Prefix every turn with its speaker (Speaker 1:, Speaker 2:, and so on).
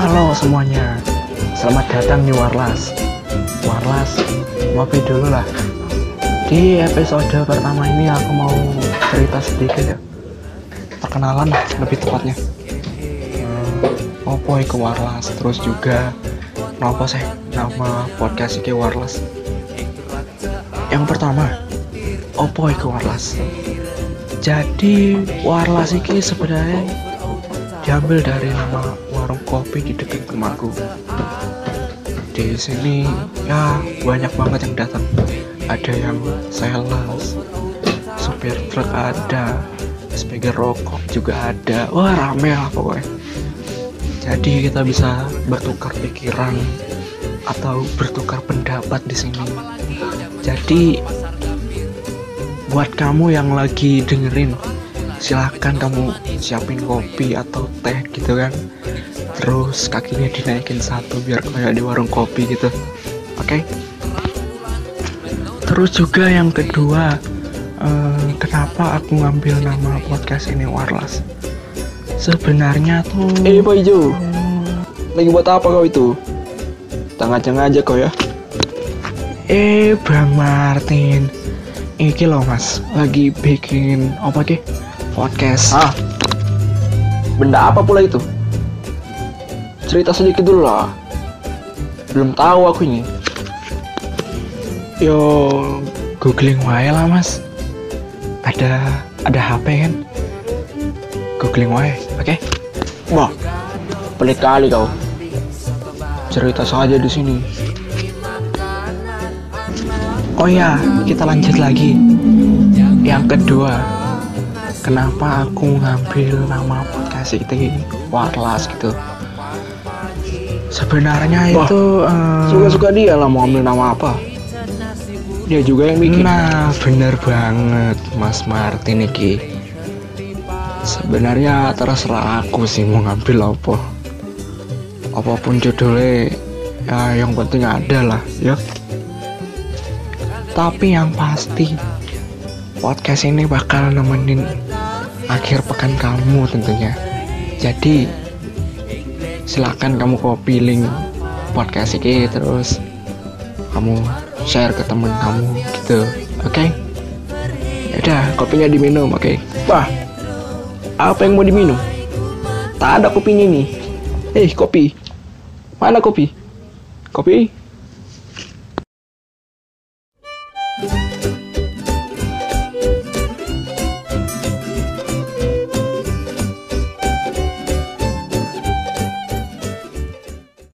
Speaker 1: Halo semuanya, selamat datang di Warlas. Ngopi dulu lah. Di episode pertama ini aku mau cerita sedikit ya. Perkenalan lebih tepatnya. Opo iku Warlas, terus juga kenapa sih nama podcast iki Warlas. Yang pertama, opo iku Warlas. Jadi Warlas iki sebenarnya diambil dari nama warung kopi di dekat rumahku. Di sini ya banyak banget yang datang. Ada yang sales, supir truk ada, speaker rokok juga ada. Wah rame lah pokoknya. Jadi kita bisa bertukar pikiran atau bertukar pendapat di sini. Jadi buat kamu yang lagi dengerin, silahkan kamu siapin kopi atau teh gitu kan, terus kakinya dinaikin satu biar kayak di warung kopi gitu. Oke? Terus juga yang kedua, kenapa aku ngambil nama podcast ini Warlas. Sebenarnya tuh
Speaker 2: Pak Ijo, lagi buat apa kau itu? Tengah-tengah aja kau ya.
Speaker 1: Bang Martin, iki loh mas, lagi bikin apa ke? Podcast.
Speaker 2: Benda apa pula itu? Cerita sedikit dulu lah. Belum tahu aku ini.
Speaker 1: Yo googling wae lah mas. Ada HP kan? Googling wae, oke?
Speaker 2: Wah, pelit kali kau. Cerita saja di sini.
Speaker 1: Oh ya, kita lanjut lagi. Yang kedua, kenapa aku ngambil nama podcast ini Warlas gitu? Sebenarnya itu
Speaker 2: Suka-suka dia lah mau ambil nama apa. Dia juga yang bikin.
Speaker 1: Nah, bener banget Mas Martin iki. Sebenarnya terserah aku sih mau ngambil apa. Apapun judulnya, ya yang penting ada lah, ya. Tapi yang pasti podcast ini bakal nemenin akhir pekan kamu tentunya. Jadi silakan kamu copy link podcast ini, terus kamu share ke temen kamu gitu, oke? Yaudah, kopinya diminum, oke?
Speaker 2: Wah, apa yang mau diminum? Tak ada kopinya nih. Kopi. Mana kopi? Kopi?